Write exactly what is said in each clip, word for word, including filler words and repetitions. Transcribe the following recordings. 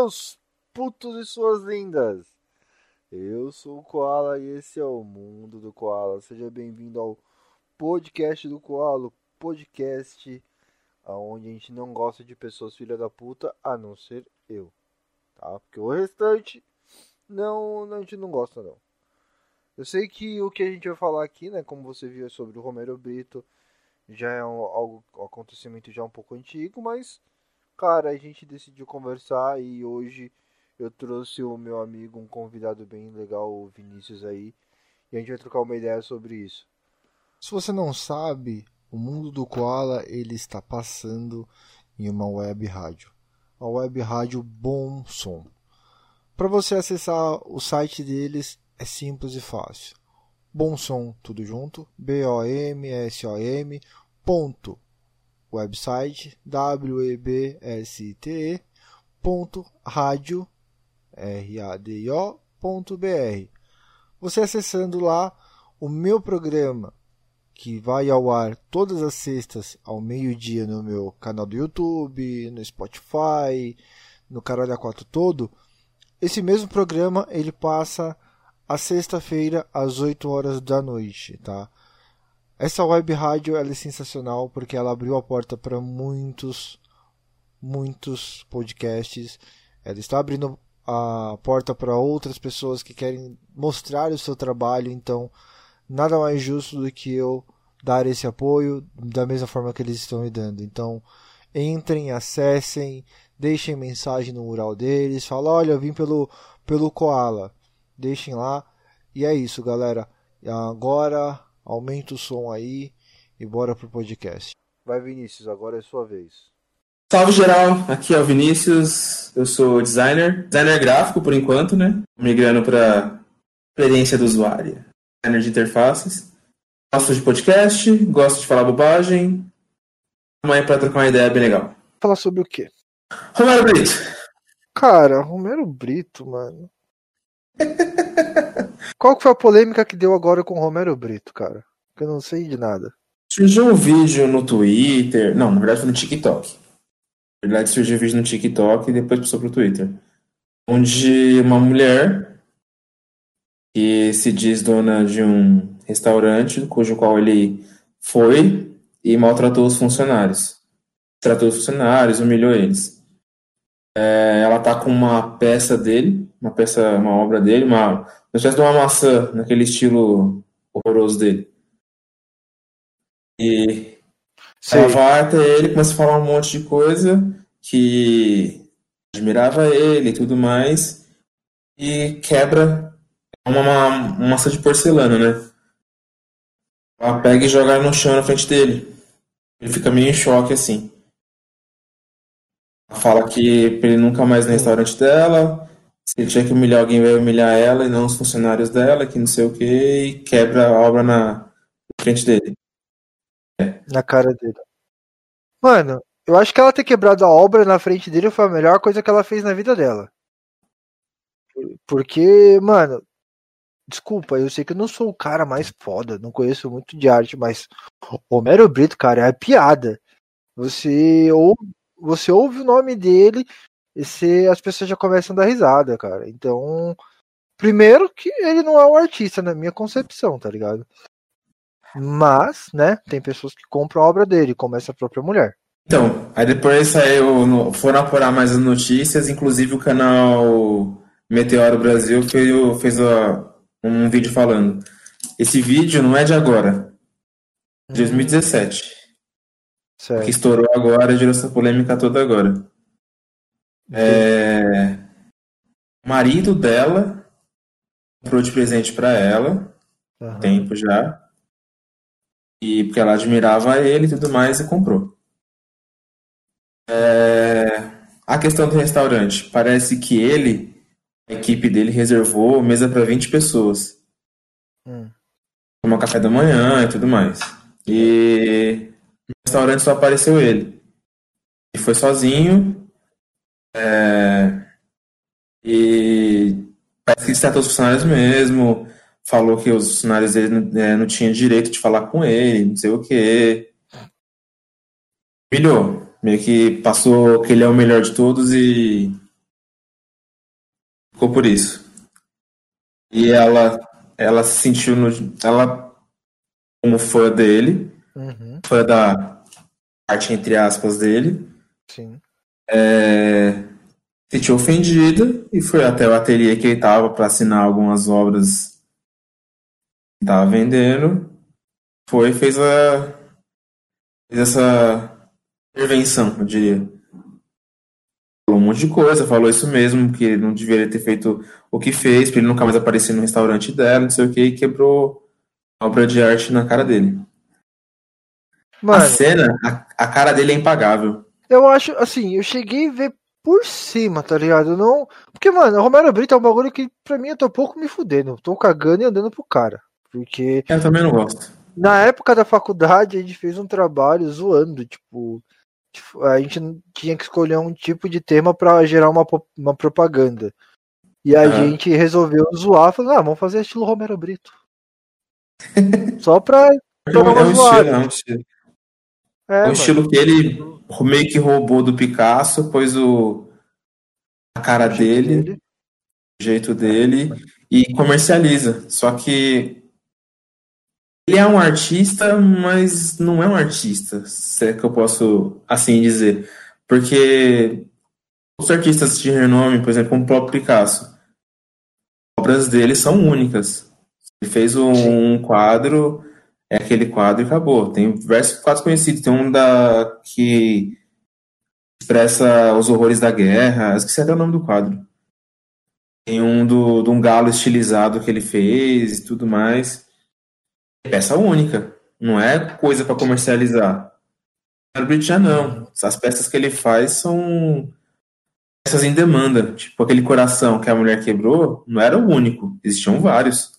meus putos e suas lindas! Eu sou o Koala e esse é o Mundo do Koala. Seja bem-vindo ao podcast do Koala, podcast onde a gente não gosta de pessoas filha da puta, a não ser eu, tá? Porque o restante, não, a gente não gosta não. Eu sei que o que a gente vai falar aqui, né, como você viu, é sobre o Romero Britto, já é um, algo, um acontecimento já um pouco antigo, mas, cara, a gente decidiu conversar e hoje eu trouxe o meu amigo, um convidado bem legal, o Vinícius aí, e a gente vai trocar uma ideia sobre isso. Se você não sabe, o Mundo do Koala, ele está passando em uma web rádio, uma web rádio Bom Som. Para você acessar o site deles é simples e fácil. Bom Som, tudo junto, B O M S O M ponto website W E B S T E ponto rádio R A D I O ponto B R. Você acessando lá o meu programa, que vai ao ar todas as sextas ao meio-dia no meu canal do YouTube, no Spotify, no Caralho A quatro todo, esse mesmo programa ele passa a sexta-feira às oito horas da noite, tá? Essa web rádio ela é sensacional porque ela abriu a porta para muitos, muitos podcasts. Ela está abrindo a porta para outras pessoas que querem mostrar o seu trabalho, então nada mais justo do que eu dar esse apoio da mesma forma que eles estão me dando. Então entrem, acessem, deixem mensagem no mural deles, fala, olha, eu vim pelo, pelo Koala, deixem lá, e é isso, galera. Agora aumenta o som aí e bora pro podcast. Vai, Vinícius, agora é sua vez. Salve geral, aqui é o Vinícius, eu sou designer, designer gráfico por enquanto, né? Migrando para experiência do usuário, designer de interfaces. Gosto de podcast, gosto de falar bobagem. Vamos aí para trocar uma ideia bem legal. Falar sobre o quê? Romero Britto. Cara, Romero Britto, mano. Qual que foi a polêmica que deu agora com o Romero Britto, cara? Que eu não sei de nada. Surgiu um vídeo no Twitter, não, na verdade foi no TikTok. Na verdade surgiu um vídeo no TikTok e depois passou pro Twitter. Onde uma mulher que se diz dona de um restaurante, cujo qual ele foi e maltratou os funcionários. Tratou os funcionários, humilhou eles. É, ela tá com uma peça dele, uma peça, uma obra dele, uma, uma espécie de uma maçã, naquele estilo horroroso dele. E Sim. Ela vai até ele, começa a falar um monte de coisa que admirava ele e tudo mais, e quebra uma, uma, uma maçã de porcelana, né? Ela pega e joga ela no chão na frente dele. Ele fica meio em choque, assim. Ela fala que pra ele nunca mais ir no restaurante dela, se ele tiver que humilhar alguém, vai humilhar ela e não os funcionários dela, que não sei o que, e quebra a obra na frente dele. Na cara dele. Mano, eu acho que ela ter quebrado a obra na frente dele foi a melhor coisa que ela fez na vida dela. Porque, mano, desculpa, eu sei que eu não sou o cara mais foda, não conheço muito de arte, mas Romero Britto, cara, é piada. Você ouve, você ouve o nome dele e você, as pessoas já começam a dar risada, cara. Então, primeiro que ele não é um artista na minha concepção, tá ligado? Mas, né, tem pessoas que compram a obra dele, como essa própria mulher. Então, aí depois saiu, foram apurar mais as notícias, inclusive o canal Meteoro Brasil fez, fez um vídeo falando. Esse vídeo não é de agora, de dois mil e dezessete. Certo. Que estourou agora e gerou essa polêmica toda agora. É, o marido dela comprou de presente pra ela, há uhum. tempo já. E porque ela admirava ele e tudo mais, e comprou. É... A questão do restaurante. Parece que ele, a equipe dele, reservou mesa para vinte pessoas. Hum. Tomar café da manhã e tudo mais. E no restaurante só apareceu ele. Ele foi sozinho. É... E parece que tratou os funcionários mesmo. Falou que os funcionários dele não, é, não tinham direito de falar com ele, não sei o quê. Humilhou. Meio que passou que ele é o melhor de todos e ficou por isso. E ela, ela se sentiu no, ela como fã dele, Uhum, fã da parte entre aspas dele, sim. é, se sentiu ofendida e foi até o ateliê que ele estava para assinar algumas obras que estava vendendo. Foi e fez, a, fez essa intervenção, eu diria. Falou um monte de coisa, falou isso mesmo, que ele não deveria ter feito o que fez, para ele nunca mais aparecer no restaurante dela, não sei o que, e quebrou a obra de arte na cara dele. A Mano, cena, a, a cara dele é impagável. eu acho, assim, eu cheguei a ver por cima, tá ligado? Não. Porque, mano, o Romero Brito é um bagulho que pra mim eu tô pouco me fudendo. Tô cagando e andando pro cara. Porque Eu também não gosto. na época da faculdade a gente fez um trabalho zoando, tipo. tipo, A gente tinha que escolher um tipo de tema pra gerar uma, po- uma propaganda. E a Aham. gente resolveu zoar, falando, ah, vamos fazer estilo Romero Brito. Só pra, É pra dar um, é uma um estilo, zoada. é um Tipo, estilo. É é, um mano. estilo que ele meio que roubou do Picasso, pôs o, a cara Do jeito dele, dele. o jeito dele, e comercializa. Só que ele é um artista, mas não é um artista, se é que eu posso assim dizer. Porque os artistas de renome, por exemplo, como o próprio Picasso, as obras dele são únicas. Ele fez Sim. um quadro, é aquele quadro e acabou. Tem diversos quadros conhecidos. Tem um da que expressa os horrores da guerra. Esqueci até o nome do quadro. Tem um do, de um galo estilizado que ele fez e tudo mais. É peça única. Não é coisa para comercializar. O Herbert já Uhum. não. As peças que ele faz são peças em demanda. Tipo aquele coração que a mulher quebrou, não era o único. Existiam vários.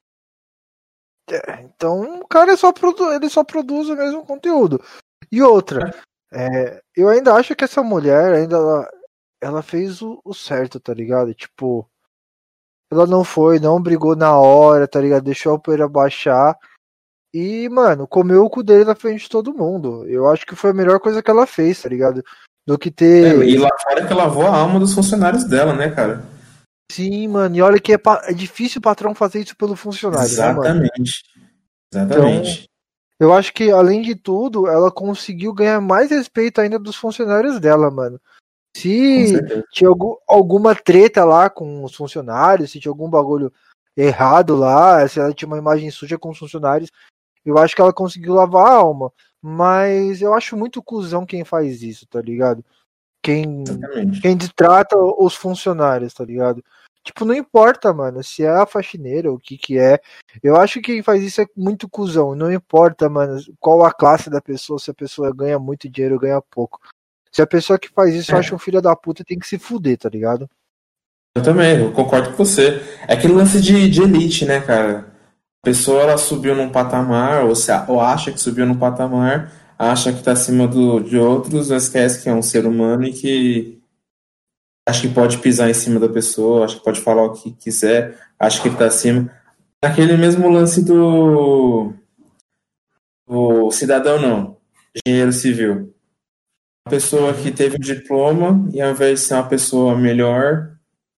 É, então o cara só produ ele só produz o mesmo conteúdo. E outra, é, eu ainda acho que essa mulher ainda ela, ela fez o, o certo, tá ligado? Tipo, ela não foi, não brigou na hora, tá ligado? Deixou a poeira baixar e, mano, comeu o cu dele na frente de todo mundo. Eu acho que foi a melhor coisa que ela fez, tá ligado? Do que É, ter. e lá fora que lavou a alma dos funcionários dela, né, cara? Sim, mano, e olha que é, pa- é difícil o patrão fazer isso pelo funcionário, né, mano? Exatamente. Então, Exatamente. eu acho que, além de tudo, ela conseguiu ganhar mais respeito ainda dos funcionários dela, mano. Com Se certeza. tinha algum, alguma treta lá com os funcionários, se tinha algum bagulho errado lá, se ela tinha uma imagem suja com os funcionários, eu acho que ela conseguiu lavar a alma. Mas eu acho muito cuzão quem faz isso, tá ligado? Quem, Exatamente. quem destrata os funcionários, tá ligado? Tipo, não importa, mano, se é a faxineira, o que que é. Eu acho que quem faz isso é muito cuzão. Não importa, mano, qual a classe da pessoa, se a pessoa ganha muito dinheiro ou ganha pouco. Se a pessoa que faz isso acha um É, filho da puta, tem que se fuder, tá ligado? eu também, eu concordo com você. É aquele lance de, de elite, né, cara? A pessoa ela subiu num patamar, ou, se, ou acha que subiu num patamar, acha que está acima do, de outros, mas esquece que é um ser humano e que acha que pode pisar em cima da pessoa, acha que pode falar o que quiser, acha que ele está acima. Aquele mesmo lance do, do cidadão, não, engenheiro civil. A pessoa que Uhum. teve um diploma e ao invés de ser uma pessoa melhor,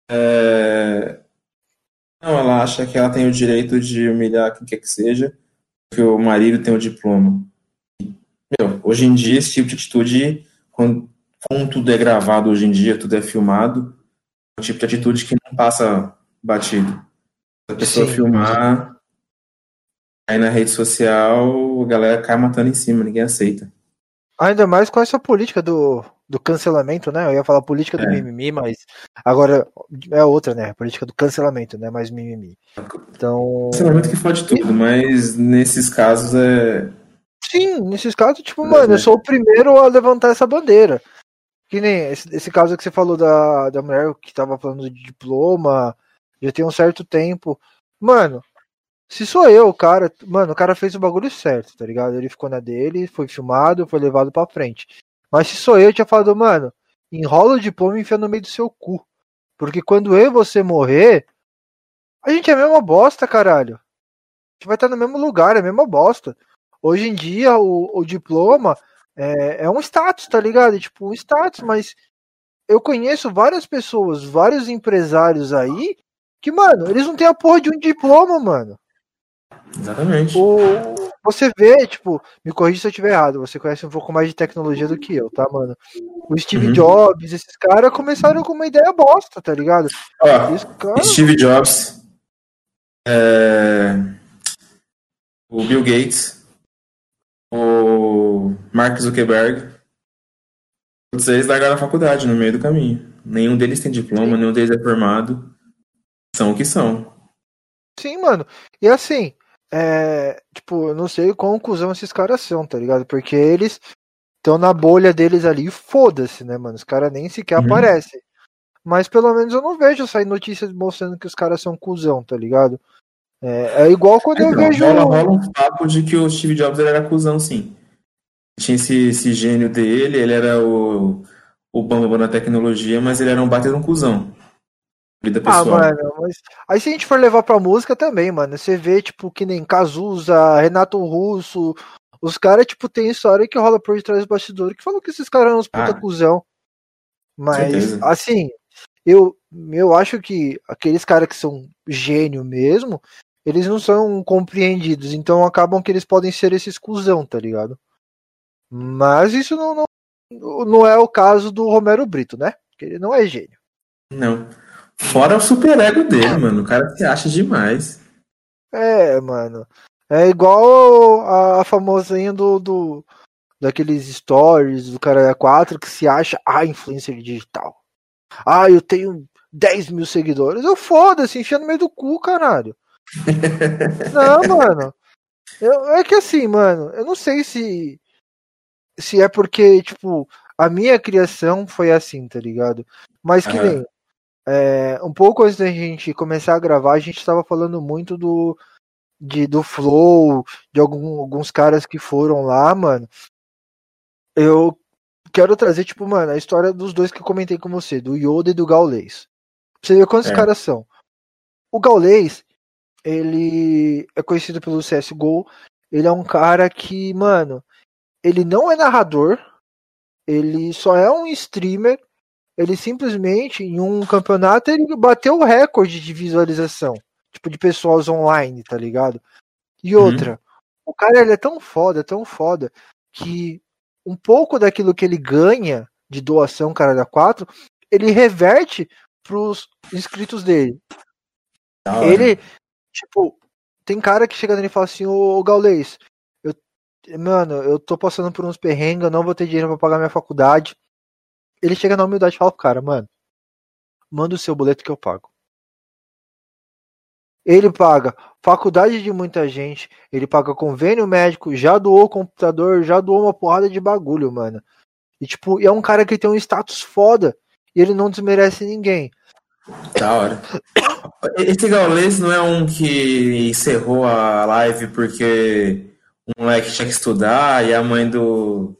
é, não, ela acha que ela tem o direito de humilhar quem quer que seja, que o marido tem o diploma. Meu, hoje em dia, esse tipo de atitude, quando, como tudo é gravado hoje em dia, tudo é filmado, é um tipo de atitude que não passa batido. Se a pessoa Sim, sim. filmar, aí na rede social, a galera cai matando em cima, ninguém aceita. Ainda mais com essa política do, do cancelamento, né? Eu ia falar política do É, mimimi, mas agora é outra, né? Política do cancelamento, né? Mais mimimi. cancelamento que Então. fode tudo, mas nesses casos é. Sim, nesses casos, tipo, Das, mano, eu né? sou o primeiro a levantar essa bandeira. Que nem esse, esse caso que você falou da, da mulher que tava falando de diploma, já tem um certo tempo. Mano, se sou eu, o cara, mano, o cara fez o bagulho certo, tá ligado? Ele ficou na dele, foi filmado, foi levado pra frente. Mas se sou eu, eu tinha falado, mano, enrola o diploma e enfia no meio do seu cu. Porque quando eu e você morrer, a gente é a mesma bosta, caralho. A gente vai estar no mesmo lugar, é a mesma bosta. Hoje em dia, o, o diploma é, é um status, tá ligado? É tipo, um status, mas eu conheço várias pessoas, vários empresários aí, que, mano, eles não têm a porra de um diploma, mano. Exatamente. O, você vê, tipo, me corrija se eu estiver errado, você conhece um pouco mais de tecnologia do que eu, tá, mano? O Steve Uhum. Jobs, esses caras começaram com uma ideia bosta, tá ligado? Ó, Esse cara... Steve Jobs, é, o Bill Gates, o Mark Zuckerberg, todos eles largaram a faculdade no meio do caminho. Nenhum deles tem diploma, Sim. nenhum deles é formado. São o que são. Sim, mano. E assim, é, tipo, eu não sei quão cuzão esses caras são, tá ligado? Porque eles estão na bolha deles ali e foda-se, né, mano? Os caras nem sequer Uhum. aparecem. Mas pelo menos eu não vejo sair notícias mostrando que os caras são cuzão, tá ligado? É, é igual quando eu Então, vejo. rola, rola um papo de que o Steve Jobs ele era cuzão, sim. Tinha esse, esse gênio dele, ele era o, o bambam da tecnologia, mas ele era um baita de um cuzão. Vida Ah, pessoal. mano, mas. Aí se a gente for levar pra música também, mano, você vê, tipo, que nem Cazuza, Renato Russo. Os caras, tipo, tem história que rola por detrás do bastidor que falam que esses caras eram uns puta Ah, cuzão. com Mas, certeza. assim, eu, eu acho que aqueles caras que são gênio mesmo, eles não são compreendidos. Então acabam que eles podem ser esses cuzão, tá ligado? Mas isso não, não, não é o caso do Romero Brito, né? Porque ele não é gênio. Não. Fora o superego dele, mano. O cara se acha demais. É, mano. É igual a, a famosinha do, do daqueles stories do cara quatro que se acha a influencer digital. Ah, eu tenho dez mil seguidores. Eu foda-se, enfia no meio do cu, caralho. Não, mano. Eu, é que assim, mano, eu não sei se se é porque, tipo, a minha criação foi assim, tá ligado? Mas que Aham. nem, é, um pouco antes da gente começar a gravar, a gente tava falando muito do, de, do Flow, de algum, alguns caras que foram lá, mano. Eu quero trazer, tipo, mano, a história dos dois que eu comentei com você, do Yoda e do Gaules. Pra você ver quantos É. caras são. O Gaules, ele é conhecido pelo C S G O. Ele é um cara que, mano, ele não é narrador, ele só é um streamer. Ele simplesmente, em um campeonato, ele bateu o recorde de visualização. Tipo, de pessoas online, tá ligado? E Uhum. outra, o cara ele é tão foda, tão foda, que um pouco daquilo que ele ganha de doação, cara da quatro, ele reverte pros inscritos dele. Da hora. Ele, tipo, tem cara que chega nele e fala assim, ô Gaulês, eu, mano, eu tô passando por uns perrengues, eu não vou ter dinheiro pra pagar minha faculdade. Ele chega na humildade e fala pro cara, mano, manda o seu boleto que eu pago. Ele paga faculdade de muita gente, ele paga convênio médico, já doou computador, já doou uma porrada de bagulho, mano. E tipo, é um cara que tem um status foda e ele não desmerece ninguém. Da hora. Esse Gaules não é um que encerrou a live porque o moleque tinha que estudar e a mãe do.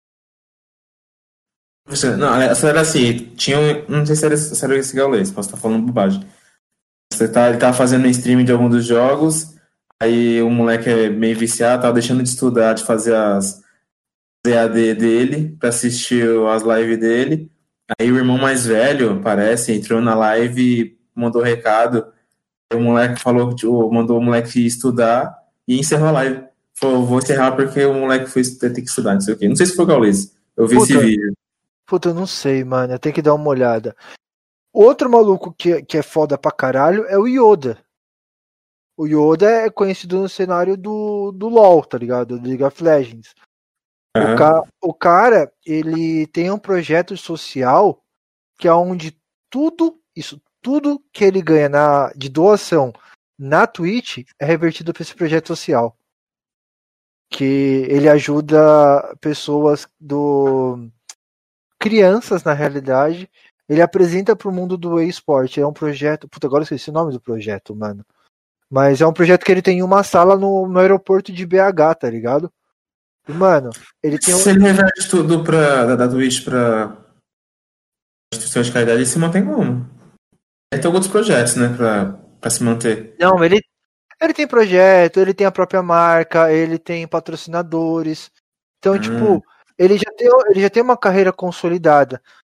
Não, essa era assim, tinha um. Não sei se era, se era esse Gaules, posso estar falando bobagem. Você tá, ele tava fazendo um stream de algum dos jogos, aí o moleque é meio viciado, tava deixando de estudar, de fazer as E A D dele, pra assistir as lives dele. Aí o irmão mais velho, parece, entrou na live e mandou recado. Aí o moleque falou, tipo, mandou o moleque estudar e encerrou a live. Falou, vou encerrar porque o moleque foi ter que estudar, não sei o quê. Não sei se foi o Gaules. Eu vi esse Puta, vídeo. puta, eu não sei, mano. Eu tenho que dar uma olhada. Outro maluco que, que é foda pra caralho é o Yoda. O Yoda é conhecido no cenário do, do LoL, tá ligado? Do League of Legends. O, ca, Aham. o cara, ele tem um projeto social que é onde tudo, isso, tudo que ele ganha na, de doação na Twitch é revertido para esse projeto social. Que ele ajuda pessoas do. Crianças, na realidade. Ele apresenta para o mundo do eSport. É um projeto. Puta, agora eu esqueci o nome do projeto, mano. Mas é um projeto que ele tem uma sala no, no aeroporto de B H, tá ligado? E, mano, ele tem um. Se ele reverte tudo pra, da, da Twitch pra instituição de caridade, ele se mantém como? Ele tem outros projetos, né, pra, pra se manter. Não, ele, ele tem projeto, ele tem a própria marca, ele tem patrocinadores. Então, Hum, tipo, ele já tem, ele já tem uma carreira consolidada.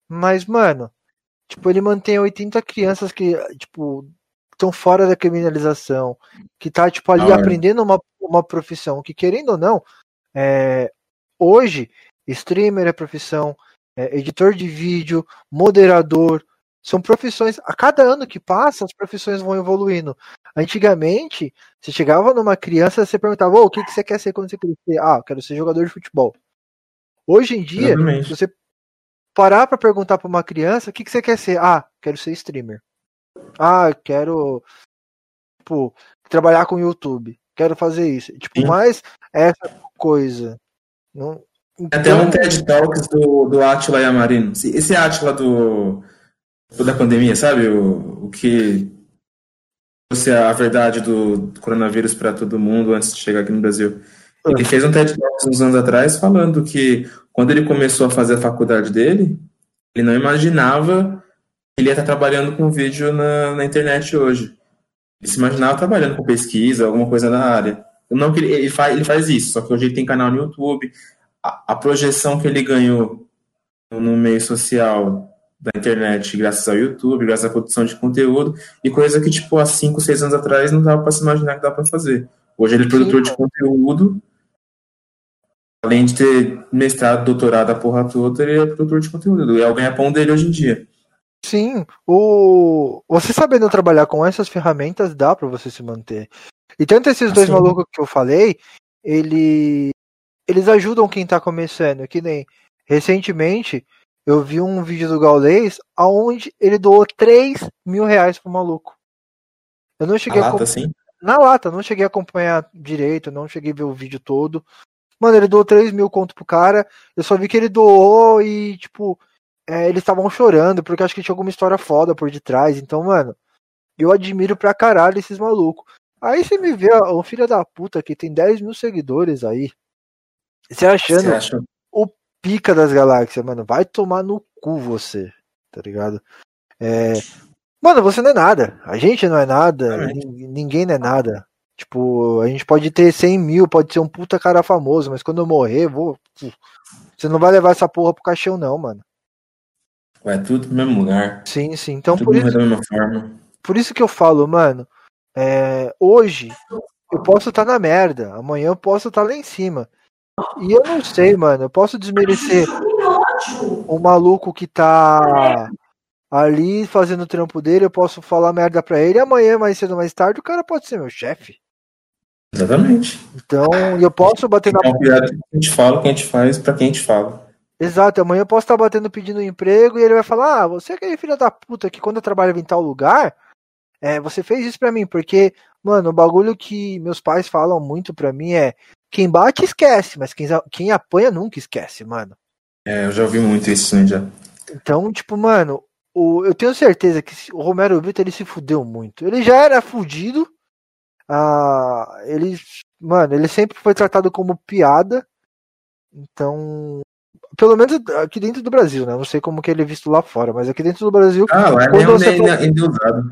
Mas, mano, tipo, ele mantém oitenta crianças que, tipo, estão fora da criminalização, que tá, tipo, ali Ah, aprendendo uma, uma profissão, que querendo ou não, é, hoje, streamer é profissão, é, editor de vídeo, moderador, são profissões, a cada ano que passa, as profissões vão evoluindo. Antigamente, você chegava numa criança, você perguntava, oh, o que, que você quer ser quando você crescer? Ah, eu quero ser jogador de futebol. Hoje em dia, exatamente. se você parar pra perguntar pra uma criança, o que, que você quer ser? Ah, quero ser streamer. Ah, quero, tipo, trabalhar com YouTube. Quero fazer isso. Tipo, Sim. mais essa coisa. Não, Tem até um então, TED Talks do, do Átila Yamarino. Esse esse Átila do, da pandemia, sabe? O, o que trouxe a verdade do, do coronavírus para todo mundo antes de chegar aqui no Brasil. Ele fez um TED Talks uns anos atrás falando que quando ele começou a fazer a faculdade dele, ele não imaginava que ele ia estar trabalhando com vídeo na, na internet hoje. Ele se imaginava trabalhando com pesquisa, alguma coisa na área. Não que ele, ele, faz, ele faz isso, só que hoje ele tem canal no YouTube. A, a projeção que ele ganhou no meio social da internet, graças ao YouTube, graças à produção de conteúdo, e coisa que, tipo, há cinco, seis anos atrás não dava para se imaginar que dava para fazer. Hoje ele é produtor sim, de conteúdo, além de ter mestrado, doutorado, a porra toda, ele é produtor de conteúdo. É o ganha-pão dele hoje em dia. sim. O... Você sabendo trabalhar com essas ferramentas, dá pra você se manter. E tanto esses dois Assim, malucos que eu falei, ele... eles ajudam quem tá começando. Que nem recentemente eu vi um vídeo do Gaules onde ele doou três mil reais pro maluco. Eu não a cheguei a lata, acom- assim. na lata, não cheguei a acompanhar direito, não cheguei a ver o vídeo todo. Mano, ele doou três mil conto pro cara. Eu só vi que ele doou e, tipo, é, eles estavam chorando, porque acho que tinha alguma história foda por detrás. Então, mano, eu admiro pra caralho esses malucos. Aí você me vê, ó, o filho da puta que tem dez mil seguidores aí. Você Você achando acha? o pica das galáxias, mano. Vai tomar no cu você, tá ligado? É... Mano, você não é nada. A gente não é nada. Exatamente. Ninguém não é nada. Tipo, a gente pode ter cem mil, pode ser um puta cara famoso, mas quando eu morrer, eu vou. Você não vai levar essa porra pro caixão, não, mano. Vai tudo pro mesmo lugar. Sim, sim. Então Tudo por morrer isso, da mesma forma. por isso que eu falo, mano. É, hoje eu posso estar na merda, amanhã eu posso estar lá em cima. E eu não sei, mano. Eu posso desmerecer o maluco que tá ali fazendo o trampo dele, eu posso falar merda pra ele, e amanhã, mais cedo ou mais tarde, o cara pode ser meu chefe. Exatamente. Então, eu posso bater na. Então, cuidado com o que a gente fala, o que a gente faz, pra quem a gente fala. Exato, amanhã eu posso estar batendo pedindo um emprego e ele vai falar: ah, você é aquele filho da puta que quando eu trabalhava em tal lugar, é, você fez isso pra mim, porque, mano, o bagulho que meus pais falam muito pra mim é: quem bate esquece, mas quem, quem apanha nunca esquece, mano. É, eu já ouvi muito isso, né, já. Então, tipo, mano, o, eu tenho certeza que o Romero Brito ele se fudeu muito. Ele já era fudido. Ah, ele, mano, ele sempre foi tratado como piada. Então, pelo menos aqui dentro do Brasil, né? Não sei como que ele é visto lá fora, mas aqui dentro do Brasil, Ah, lá é quando mesmo você ele fala, é endeusado.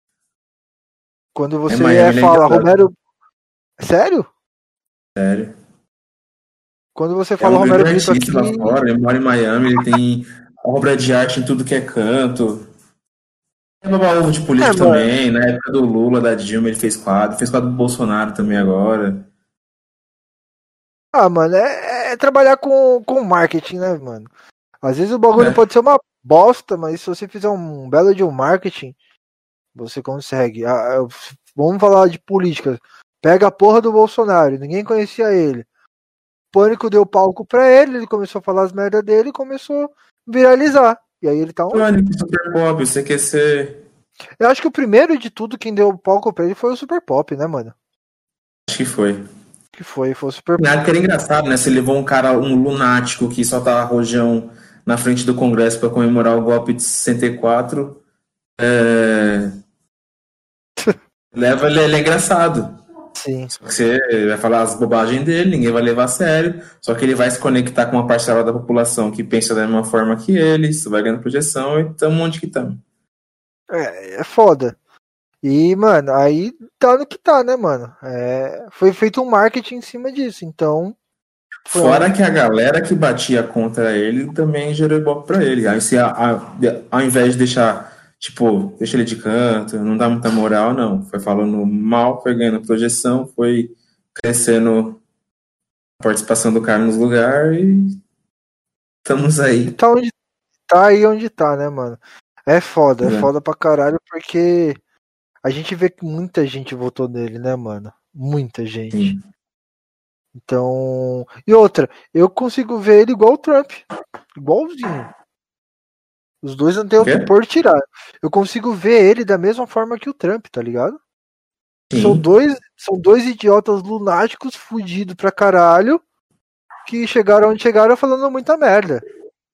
quando Em você é, Miami ele é fala endeusado. Romero, sério? Sério. Quando você É fala um Romero grande Brito artista lá aqui, fora, ele mora em Miami, ele tem obra de arte em tudo que é canto. É baba-ovo de é, político mano. também, na época do Lula, da Dilma, ele fez quadro, fez quadro do Bolsonaro também agora. Ah, mano, é, é trabalhar com, com marketing, né, mano? Às vezes o bagulho É, pode ser uma bosta, mas se você fizer um belo de um marketing, você consegue. Ah, eu- vamos falar de política. Pega a porra do Bolsonaro, ninguém conhecia ele. Pânico deu palco pra ele, ele começou a falar as merda dele e começou a viralizar. E aí ele tá onde? Sonic, Super Pop, você quer ser. Eu acho que o primeiro de tudo, quem deu palco pra ele foi o Super Pop, né, mano? Acho que foi. Que foi, foi o Super Na Pop. época era engraçado, né? Você levou um cara, um lunático que só tava rojão na frente do Congresso para comemorar o golpe de sessenta e quatro. É... Leva ele, ele é engraçado. Sim. Só que você vai falar as bobagens dele, ninguém vai levar a sério. Só que ele vai se conectar com uma parcela da população que pensa da mesma forma que ele, isso vai ganhando projeção e tamo onde que tamo. É, é foda. E, mano, aí tá no que tá, né, mano? É, foi feito um marketing em cima disso. Então, Fora que a galera que batia contra ele também gerou ibope pra ele. Aí se a, a, ao invés de deixar, tipo, deixa ele de canto, não dá muita moral, não. Foi falando mal, foi ganhando projeção, foi crescendo a participação do cara nos lugares e estamos E aí. tá, onde, tá aí onde tá, né, mano? É foda, é É. foda pra caralho, porque a gente vê que muita gente votou nele, né, mano? Muita gente. Sim. Então. E outra, eu consigo ver ele igual o Trump. Igualzinho. Os dois não tem O o que quê? por tirar. Eu consigo ver ele da mesma forma que o Trump, tá ligado? São Sim. dois, são dois idiotas lunáticos fudidos pra caralho que chegaram onde chegaram falando muita merda.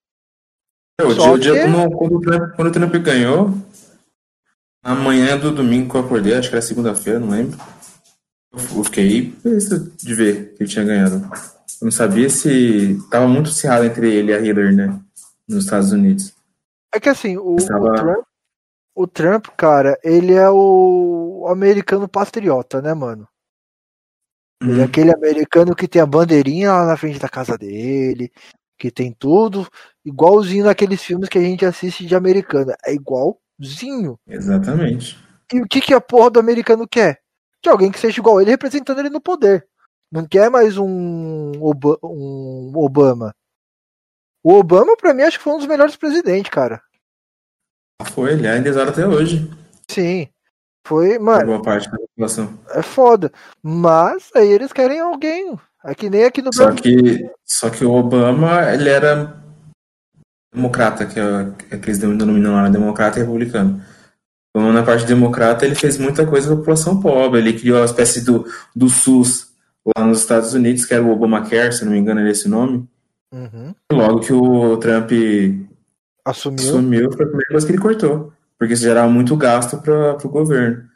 O dia, Só o dia que. quando, quando, o Trump, quando o Trump ganhou, na manhã do domingo que eu acordei, acho que era segunda-feira, não lembro. Eu fiquei besta de ver que ele tinha ganhado. Eu não sabia se. Tava muito acirrado entre ele e a Hillary, né? Nos Estados Unidos. É que assim, o, o Estava. Trump, o Trump, cara, ele é o americano patriota, né, mano? Ele é Uhum. aquele americano que tem a bandeirinha lá na frente da casa dele, que tem tudo, igualzinho naqueles filmes que a gente assiste de americana. É igualzinho. Exatamente. E o que, que a porra do americano quer? De alguém que seja igual ele, representando ele no poder. Não quer mais um, Oba- um Obama. O Obama, pra mim, acho que foi um dos melhores presidentes, cara. Foi, ele ainda exala até hoje, Sim. Foi, por mano, boa parte da população. é foda. Mas aí eles querem alguém. É que nem aqui no Só Brasil. que, só que o Obama, ele era democrata, que é, é que eles denominam lá, democrata e republicano. Então, na parte democrata, ele fez muita coisa para a população pobre. Ele criou a espécie do, do SUS lá nos Estados Unidos, que era o Obamacare, se não me engano, era esse nome. Uhum. Logo que o Trump Assumiu. assumiu, foi a primeira coisa que ele cortou, porque isso gerava muito gasto para o governo.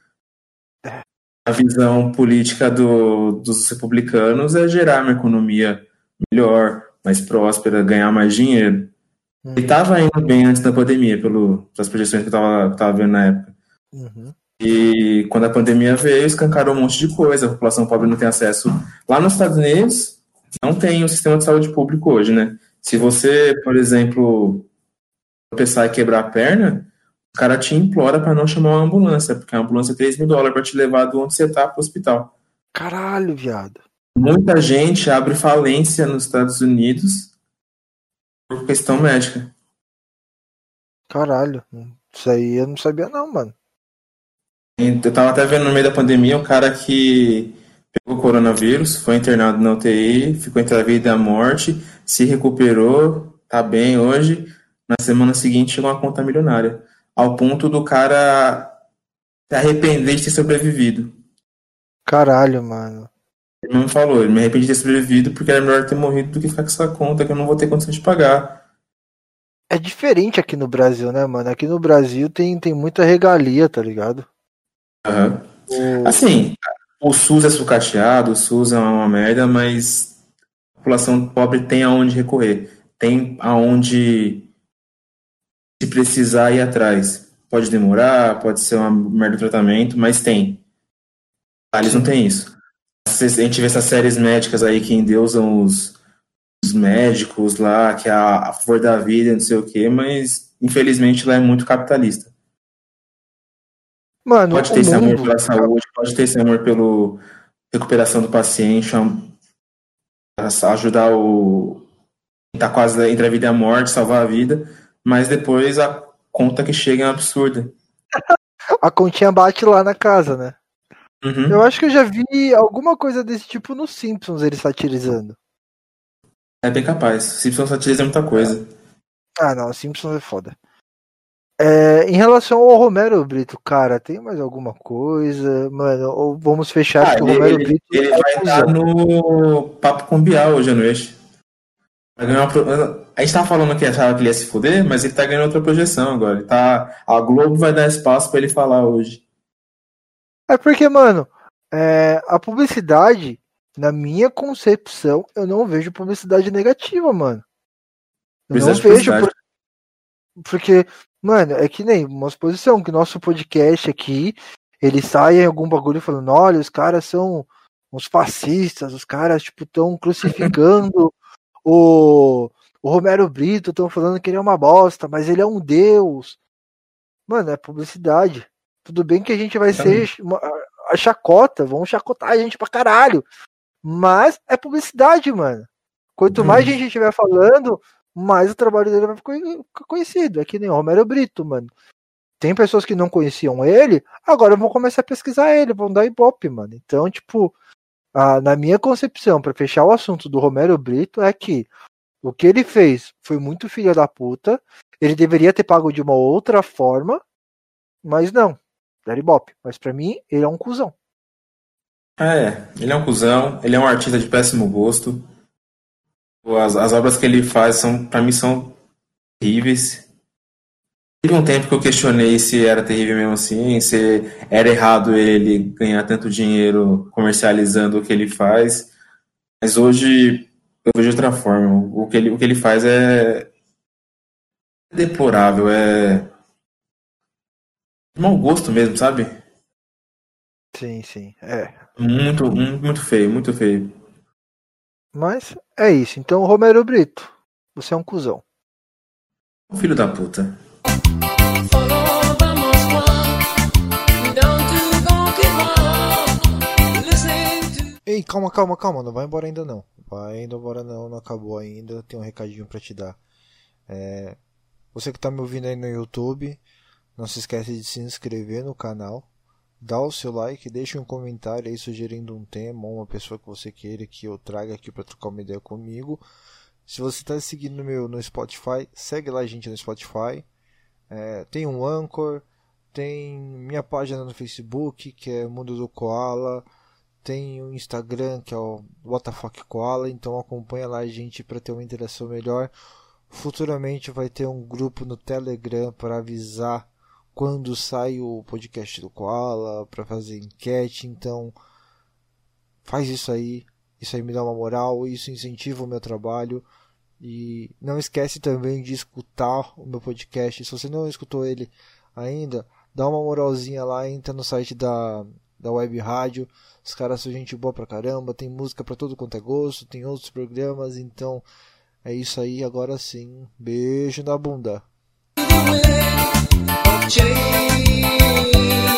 A visão política do, dos republicanos é gerar uma economia melhor, mais próspera, ganhar mais dinheiro. Uhum. Ele estava indo bem antes da pandemia, pelo, pelas projeções que eu estava vendo na época. Uhum. E quando a pandemia veio, escancarou um monte de coisa. A população pobre não tem acesso. Lá nos Estados Unidos, não tem o sistema de saúde público hoje, né? Se você, por exemplo, tropeçar e quebrar a perna, o cara te implora para não chamar uma ambulância, porque a ambulância é três mil dólares para te levar de onde você está para o hospital. Caralho, viado. Muita gente abre falência nos Estados Unidos por questão médica. Caralho. Isso aí eu não sabia não, mano. Eu tava até vendo no meio da pandemia um cara que pegou coronavírus, foi internado na U T I, ficou entre a vida e a morte, se recuperou, tá bem hoje. Na semana seguinte chegou uma conta milionária, ao ponto do cara se arrepender de ter sobrevivido. Caralho, mano. Ele mesmo falou, ele me arrependi de ter sobrevivido porque era melhor ter morrido do que ficar com essa conta que eu não vou ter condição de pagar. É diferente aqui no Brasil, né, mano? Aqui no Brasil tem, tem muita regalia, tá ligado? Uhum. O... Assim, o SUS é sucateado, o SUS é uma merda, mas a população pobre tem aonde recorrer, tem aonde se precisar ir atrás. Pode demorar, pode ser uma merda de tratamento, mas tem. Ah, eles não têm isso. A gente vê essas séries médicas aí que endeusam os, os médicos lá, que é a, a favor da vida, não sei o quê, mas infelizmente lá é muito capitalista. Mano, Pode o ter esse amor mundo. pela saúde, pode ter esse amor pela recuperação do paciente, ajudar o tá quase entre a vida e a morte, salvar a vida, mas depois a conta que chega é absurda. A continha bate lá na casa, né? Eu Uhum. acho que eu já vi alguma coisa desse tipo nos Simpsons, eles satirizando. É bem capaz. Simpsons satiriza muita coisa. Ah, não, Simpsons é foda. É, em relação ao Romero Brito, cara, tem mais alguma coisa? Mano, ou vamos fechar Ah, porque o ele, Romero ele, Brito ele é vai estar cuzão. no Papo com Bial hoje à noite. Vai ganhar uma pro- A gente tava falando que achava que ele ia se fuder, mas ele tá ganhando outra projeção agora. Ele tá... A Globo vai dar espaço pra ele falar hoje. É porque, mano, é, a publicidade, na minha concepção, eu não vejo publicidade negativa, mano. Eu não Precisa de vejo, publicidade. por- porque, mano, é que nem uma exposição, que nosso podcast aqui, ele sai em algum bagulho falando, olha, os caras são uns fascistas, os caras, tipo, tão crucificando o, o Romero Brito, tão falando que ele é uma bosta, mas ele é um deus. Mano, é publicidade. Tudo bem que a gente vai ser uma, a chacota, vão chacotar a gente pra caralho. Mas é publicidade, mano. Quanto mais gente estiver falando, mais o trabalho dele vai ficar conhecido. É que nem o Romero Brito, mano. Tem pessoas que não conheciam ele, agora vão começar a pesquisar ele, vão dar ibope, mano. Então, tipo, a, na minha concepção, pra fechar o assunto do Romero Brito, é que o que ele fez foi muito filho da puta. Ele deveria ter pago de uma outra forma, mas não. Dar ibope. Mas pra mim, ele é um cuzão. É, ele é um cuzão, ele é um artista de péssimo gosto. As, as obras que ele faz, são, pra mim, são terríveis. Teve um tempo que eu questionei se era terrível mesmo assim, se era errado ele ganhar tanto dinheiro comercializando o que ele faz. Mas hoje eu vejo de outra forma. O que ele, o que ele faz é deplorável, é de mau gosto mesmo, sabe? Sim, sim. É. Muito, muito feio, muito feio. Mas é isso. Então, Romero Brito, você é um cuzão. Filho da puta. Ei, calma, calma, calma. Não vai embora ainda não. Vai indo embora não, não acabou ainda. Tem um recadinho pra te dar. É... Você que tá me ouvindo aí no YouTube, não se esquece de se inscrever no canal. Dá o seu like, deixa um comentário aí sugerindo um tema ou uma pessoa que você queira que eu traga aqui para trocar uma ideia comigo. Se você está seguindo no meu no Spotify, segue lá a gente no Spotify. É, tem um Anchor, tem minha página no Facebook, que é Mundo do Koala. Tem o Instagram, que é o What the Fuck Koala. Então acompanha lá a gente para ter uma interação melhor. Futuramente vai ter um grupo no Telegram para avisar quando sai o podcast do Koala, para fazer enquete. Então faz isso aí, isso aí me dá uma moral, isso incentiva o meu trabalho. E não esquece também de escutar o meu podcast. Se você não escutou ele ainda, dá uma moralzinha lá, entra no site da, da Web Rádio. Os caras são gente boa pra caramba, tem música pra todo quanto é gosto, tem outros programas. Então é isso aí, agora sim, beijo na bunda. Change.